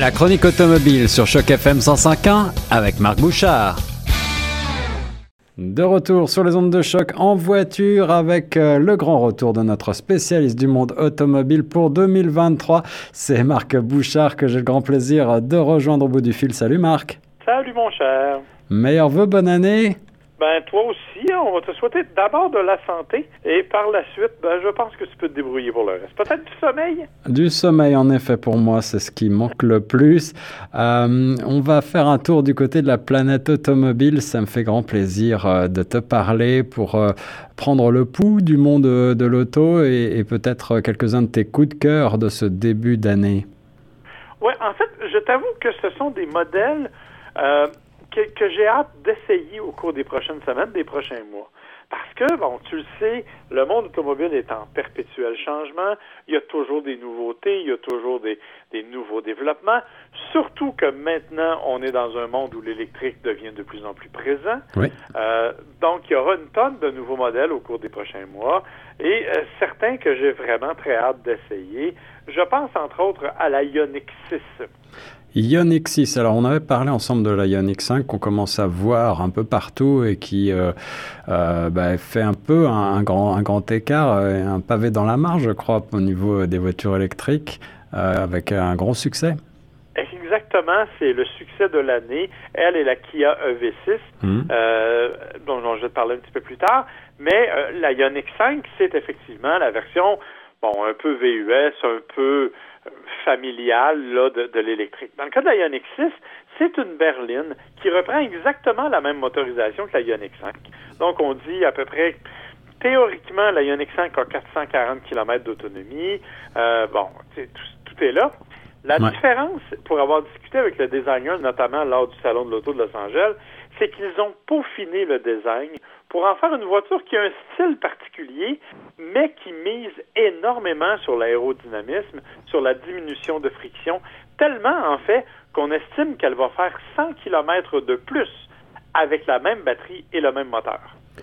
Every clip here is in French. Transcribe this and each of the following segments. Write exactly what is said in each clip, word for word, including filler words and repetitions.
La chronique automobile sur Choc F M cent cinq point un avec Marc Bouchard. De retour sur les ondes de choc en voiture avec euh, le grand retour de notre spécialiste du monde automobile pour deux mille vingt-trois. C'est Marc Bouchard que j'ai le grand plaisir de rejoindre au bout du fil. Salut Marc. Salut mon cher. Meilleurs vœux, bonne année. Ben toi aussi, on va te souhaiter d'abord de la santé et par la suite, ben je pense que tu peux te débrouiller pour le reste. Peut-être du sommeil? Du sommeil, en effet, pour moi, c'est ce qui manque le plus. Euh, on va faire un tour du côté de la planète automobile. Ça me fait grand plaisir euh, de te parler pour euh, prendre le pouls du monde de, de l'auto et, et peut-être quelques-uns de tes coups de cœur de ce début d'année. Oui, en fait, je t'avoue que ce sont des modèles euh, que, que j'ai hâte d'essayer au cours des prochaines semaines, des prochains mois. Parce que, bon, tu le sais, le monde automobile est en perpétuel changement. Il y a toujours des nouveautés, il y a toujours des, des nouveaux développements. Surtout que maintenant, on est dans un monde où l'électrique devient de plus en plus présent. Oui. Euh, donc, il y aura une tonne de nouveaux modèles au cours des prochains mois. Et euh, certains que j'ai vraiment très hâte d'essayer. Je pense, entre autres, à la Ioniq six. Ioniq six, alors on avait parlé ensemble de la Ioniq cinq qu'on commence à voir un peu partout et qui euh, euh, bah, fait un peu un, un, grand, un grand écart, euh, un pavé dans la mare, je crois, au niveau des voitures électriques, euh, avec un gros succès. Exactement, c'est le succès de l'année. Elle et la Kia E V six, mmh. euh, dont, dont je vais te parler un petit peu plus tard. Mais euh, la Ioniq cinq, c'est effectivement la version, bon, un peu V U S, un peu familiale là, de, de l'électrique. Dans le cas de la Ioniq six, c'est une berline qui reprend exactement la même motorisation que la Ioniq cinq. Donc, on dit à peu près, théoriquement, la Ioniq cinq a quatre cent quarante kilomètres d'autonomie. Euh, bon, tout, tout est là. La ouais. différence, pour avoir discuté avec le designer, notamment lors du Salon de l'Auto de Los Angeles, c'est qu'ils ont peaufiné le design pour en faire une voiture qui a un style particulier, mais qui mise énormément sur l'aérodynamisme, sur la diminution de friction, tellement, en fait, qu'on estime qu'elle va faire cent kilomètres de plus avec la même batterie et le même moteur.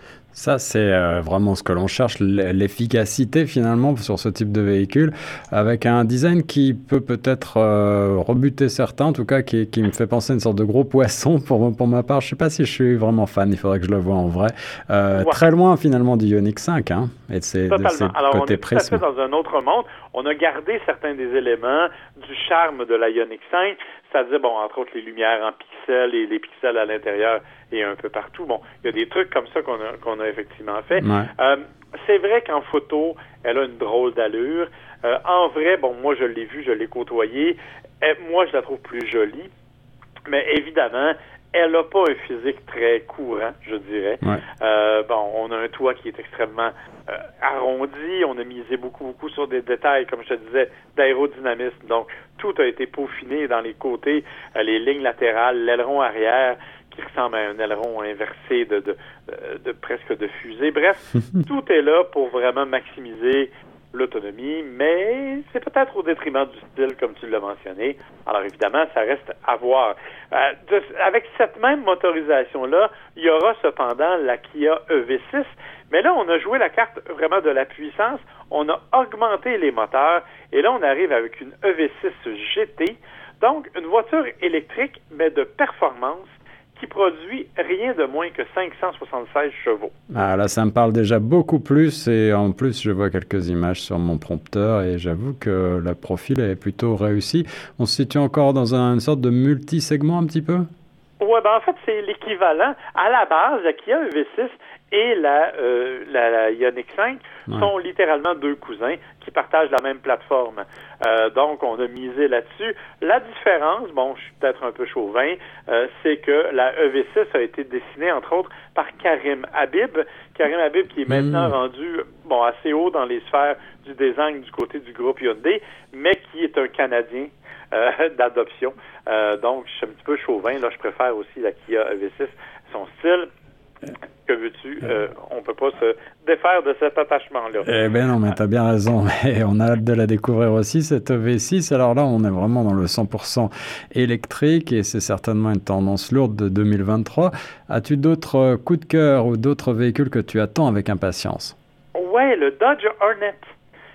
Ça, c'est euh, vraiment ce que l'on cherche, l'efficacité finalement sur ce type de véhicule, avec un design qui peut peut-être euh, rebuter certains, en tout cas qui, qui me fait penser à une sorte de gros poisson pour, pour ma part. Je ne sais pas si je suis vraiment fan, il faudrait que je le voie en vrai. Euh, ouais. Très loin finalement du Ioniq cinq hein, et de ses, de ses Alors, côtés on est prisme. tout à fait dans un autre monde. On a gardé certains des éléments du charme de la Ioniq cinq, c'est-à-dire, bon, entre autres, les lumières en pixels et les pixels à l'intérieur et un peu partout. Bon, il y a des trucs comme ça qu'on a, qu'on a effectivement fait. Ouais. Euh, c'est vrai qu'en photo, elle a une drôle d'allure. Euh, en vrai, bon, moi, je l'ai vue, je l'ai côtoyée. Elle, moi, je la trouve plus jolie. Mais évidemment, elle n'a pas un physique très courant, je dirais. Ouais. Euh, bon, on a un toit qui est extrêmement euh, arrondi. On a misé beaucoup, beaucoup sur des détails, comme je te disais, d'aérodynamisme. Donc, tout a été peaufiné dans les côtés, euh, les lignes latérales, l'aileron arrière, qui ressemble à un aileron inversé de, de, de, de presque de fusée. Bref, tout est là pour vraiment maximiser l'autonomie, mais c'est peut-être au détriment du style, comme tu l'as mentionné. Alors évidemment, ça reste à voir. Euh, de, avec cette même motorisation-là, il y aura cependant la Kia E V six, mais là, on a joué la carte vraiment de la puissance, on a augmenté les moteurs, et là, on arrive avec une E V six G T, donc une voiture électrique, mais de performance, qui produit rien de moins que cinq cent soixante-seize chevaux. Ah là, ça me parle déjà beaucoup plus et en plus, je vois quelques images sur mon prompteur et j'avoue que le profil est plutôt réussi. On se situe encore dans un, une sorte de multi-segment un petit peu? Oui, ben en fait, c'est l'équivalent. À la base, la Kia E V six et la, euh, la, la Ioniq cinq ouais. sont littéralement deux cousins qui partagent la même plateforme. Euh, donc, on a misé là-dessus. La différence, bon, je suis peut-être un peu chauvin, euh, c'est que la E V six a été dessinée, entre autres, par Karim Habib. Karim Habib qui est maintenant mmh. rendu, bon, assez haut dans les sphères du design du côté du groupe Hyundai, mais qui est un Canadien euh, d'adoption. Euh, donc, je suis un petit peu chauvin. Là, je préfère aussi la Kia E V six, son style. Que veux-tu? Euh, on ne peut pas se défaire de cet attachement-là. Eh bien non, mais tu as bien raison. Mais on a hâte de la découvrir aussi, cette E V six. Alors là, on est vraiment dans le cent pour cent électrique et c'est certainement une tendance lourde de deux mille vingt-trois. As-tu d'autres coups de cœur ou d'autres véhicules que tu attends avec impatience? Oui, le Dodge Hornet.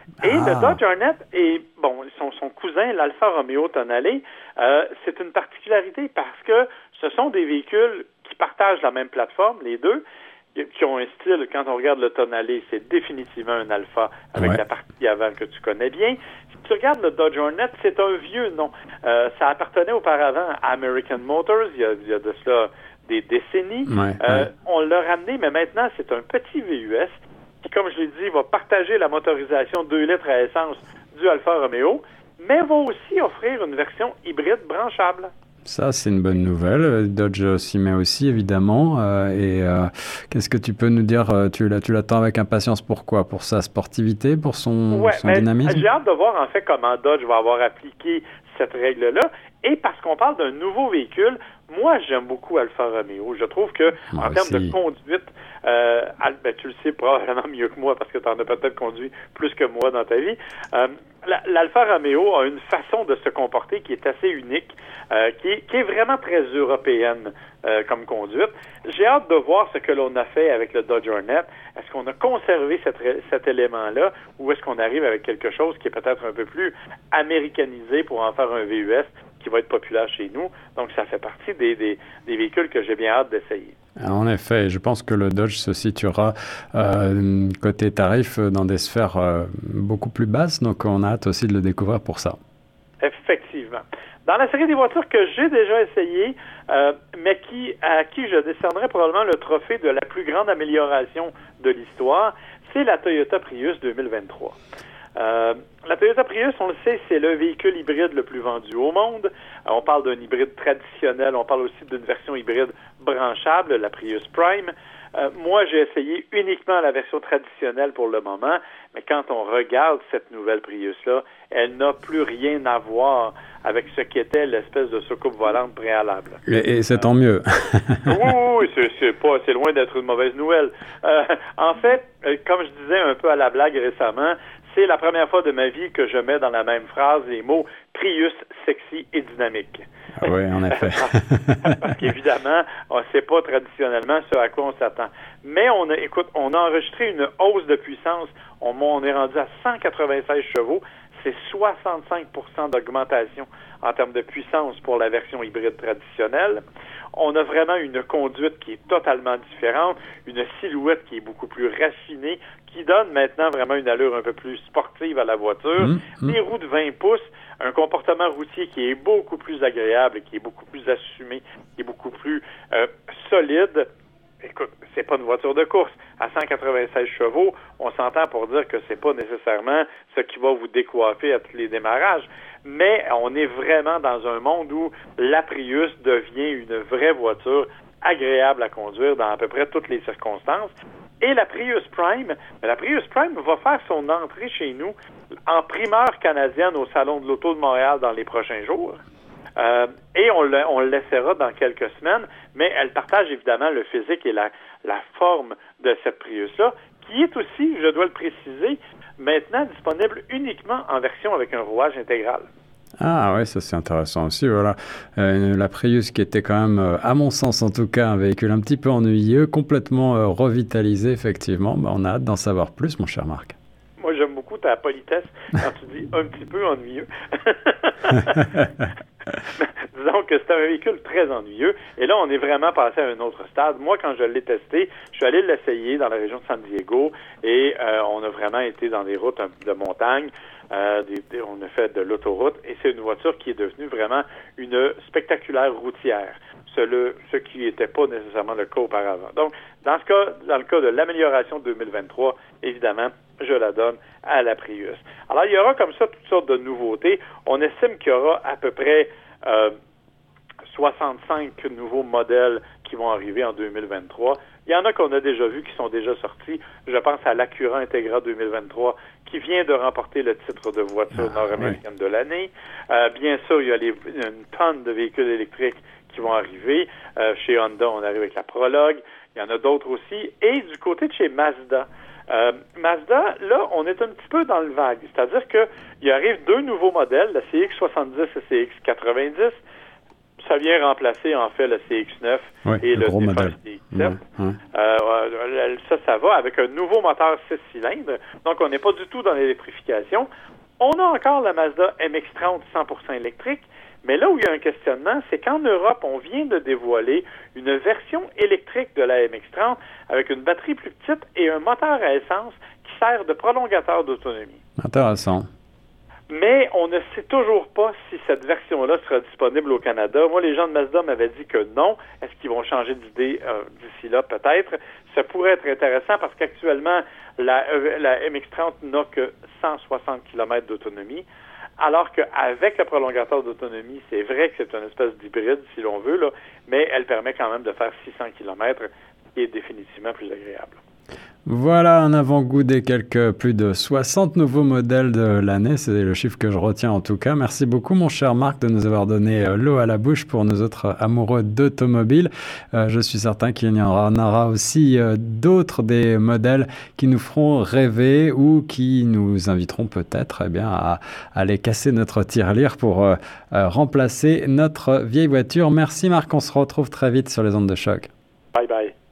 Et ah. le Dodge Hornet et bon, son, son cousin, l'Alfa Romeo Tonale, euh, c'est une particularité parce que ce sont des véhicules qui partagent la même plateforme, les deux, qui ont un style, quand on regarde le Tonale, c'est définitivement un Alfa avec ouais. la partie avant que tu connais bien. Si tu regardes le Dodge Hornet, c'est un vieux nom. Euh, ça appartenait auparavant à American Motors, il y a, il y a de cela des décennies. Ouais, euh, ouais. On l'a ramené, mais maintenant, c'est un petit V U S qui, comme je l'ai dit, va partager la motorisation deux litres à essence du Alfa Romeo, mais va aussi offrir une version hybride branchable. Ça, c'est une bonne nouvelle. Dodge s'y met aussi, évidemment. Euh, et euh, qu'est-ce que tu peux nous dire? Tu, tu l'attends avec impatience. Pourquoi? Pour sa sportivité? Pour son, ouais, son dynamisme? J'ai hâte de voir, en fait, comment Dodge va avoir appliqué cette règle-là. Et parce qu'on parle d'un nouveau véhicule, moi, j'aime beaucoup Alfa Romeo. Je trouve que, moi en aussi. termes de conduite, euh, ben, tu le sais probablement mieux que moi parce que tu en as peut-être conduit plus que moi dans ta vie. Euh, L'Alfa Romeo a une façon de se comporter qui est assez unique, euh, qui, est, qui est vraiment très européenne euh, comme conduite. J'ai hâte de voir ce que l'on a fait avec le Dodge Hornet. Est-ce qu'on a conservé cette, cet élément-là ou est-ce qu'on arrive avec quelque chose qui est peut-être un peu plus américanisé pour en faire un V U S qui va être populaire chez nous. Donc, ça fait partie des, des, des véhicules que j'ai bien hâte d'essayer. En effet, je pense que le Dodge se situera euh, côté tarif dans des sphères euh, beaucoup plus basses, donc on a hâte aussi de le découvrir pour ça. Effectivement. Dans la série des voitures que j'ai déjà essayées, euh, mais qui, à qui je décernerais probablement le trophée de la plus grande amélioration de l'histoire, c'est la Toyota Prius deux mille vingt-trois. Euh, la Toyota Prius, on le sait, c'est le véhicule hybride le plus vendu au monde. Euh, on parle d'un hybride traditionnel, on parle aussi d'une version hybride branchable, la Prius Prime. Euh, moi, j'ai essayé uniquement la version traditionnelle pour le moment, mais quand on regarde cette nouvelle Prius-là, elle n'a plus rien à voir avec ce qu'était l'espèce de soucoupe volante préalable. Et, et c'est tant mieux. oui, oui, c'est, c'est, pas, c'est loin d'être une mauvaise nouvelle. Euh, en fait, comme je disais un peu à la blague récemment, c'est la première fois de ma vie que je mets dans la même phrase les mots Prius, sexy et dynamique. Ah oui, en effet. Parce qu'évidemment, c'est pas traditionnellement ce à quoi on s'attend. Mais on a, écoute, on a enregistré une hausse de puissance. On, on est rendu à cent quatre-vingt-seize chevaux. C'est soixante-cinq pour cent d'augmentation en termes de puissance pour la version hybride traditionnelle. On a vraiment une conduite qui est totalement différente, une silhouette qui est beaucoup plus raffinée, qui donne maintenant vraiment une allure un peu plus sportive à la voiture. Mmh, mmh. Des roues de vingt pouces, un comportement routier qui est beaucoup plus agréable, qui est beaucoup plus assumé, qui est beaucoup plus euh, solide. Écoute, c'est pas une voiture de course. À cent quatre-vingt-seize chevaux, on s'entend pour dire que c'est pas nécessairement ce qui va vous décoiffer à tous les démarrages. Mais on est vraiment dans un monde où la Prius devient une vraie voiture agréable à conduire dans à peu près toutes les circonstances. Et la Prius Prime, la Prius Prime va faire son entrée chez nous en primeur canadienne au Salon de l'Auto de Montréal dans les prochains jours. Euh, et on le, on le laissera dans quelques semaines, mais elle partage évidemment le physique et la, la forme de cette Prius-là, qui est aussi, je dois le préciser, maintenant disponible uniquement en version avec un rouage intégral. Ah ouais, ça c'est intéressant aussi, voilà. Euh, la Prius qui était quand même, euh, à mon sens en tout cas, un véhicule un petit peu ennuyeux, complètement euh, revitalisé effectivement. Bah, on a hâte d'en savoir plus, mon cher Marc. Moi j'aime beaucoup ta politesse quand tu dis un petit peu ennuyeux. Disons que c'est un véhicule très ennuyeux. Et là, on est vraiment passé à un autre stade. Moi, quand je l'ai testé, je suis allé l'essayer dans la région de San Diego et euh, on a vraiment été dans des routes de montagne. Euh, des, des, on a fait de l'autoroute et c'est une voiture qui est devenue vraiment une spectaculaire routière. Ce, le, ce qui n'était pas nécessairement le cas auparavant. Donc, dans ce cas, dans le cas de l'amélioration deux mille vingt-trois, évidemment, je la donne à la Prius. Alors, il y aura comme ça toutes sortes de nouveautés. On estime qu'il y aura à peu près euh, soixante-cinq nouveaux modèles qui vont arriver en deux mille vingt-trois. Il y en a qu'on a déjà vus, qui sont déjà sortis. Je pense à l'Acura Integra deux mille vingt-trois, qui vient de remporter le titre de voiture ah, nord-américaine oui. de l'année. Euh, bien sûr, il y a les, une tonne de véhicules électriques qui vont arriver. Euh, chez Honda, on arrive avec la Prologue. Il y en a d'autres aussi. Et du côté de chez Mazda, euh, Mazda, là, on est un petit peu dans le vague. C'est-à-dire qu'il arrive deux nouveaux modèles, la C X soixante-dix et C X quatre-vingt-dix. ça vient remplacer en fait le C X neuf ouais, et le, le gros modèle. C X sept. Ouais, ouais. Euh, ça, ça va avec un nouveau moteur six cylindres. Donc, on n'est pas du tout dans l'électrification. On a encore la Mazda M X trente cent pour cent électrique, mais là où il y a un questionnement, c'est qu'en Europe, on vient de dévoiler une version électrique de la M X trente avec une batterie plus petite et un moteur à essence qui sert de prolongateur d'autonomie. Intéressant. Mais on ne sait toujours pas si cette version-là sera disponible au Canada. Moi, les gens de Mazda m'avaient dit que non. Est-ce qu'ils vont changer d'idée euh, d'ici là? Peut-être. Ça pourrait être intéressant parce qu'actuellement, la, la M X trente n'a que cent soixante kilomètres d'autonomie, alors qu'avec le prolongateur d'autonomie, c'est vrai que c'est une espèce d'hybride, si l'on veut, là, mais elle permet quand même de faire six cents kilomètres, ce qui est définitivement plus agréable. Voilà un avant-goût des quelques plus de soixante nouveaux modèles de l'année. C'est le chiffre que je retiens en tout cas. Merci beaucoup mon cher Marc de nous avoir donné l'eau à la bouche pour nous autres amoureux d'automobile. Euh, je suis certain qu'il y en aura, en aura aussi euh, d'autres des modèles qui nous feront rêver ou qui nous inviteront peut-être eh bien, à, à aller casser notre tirelire pour euh, euh, remplacer notre vieille voiture. Merci Marc, on se retrouve très vite sur les ondes de choc. Bye bye.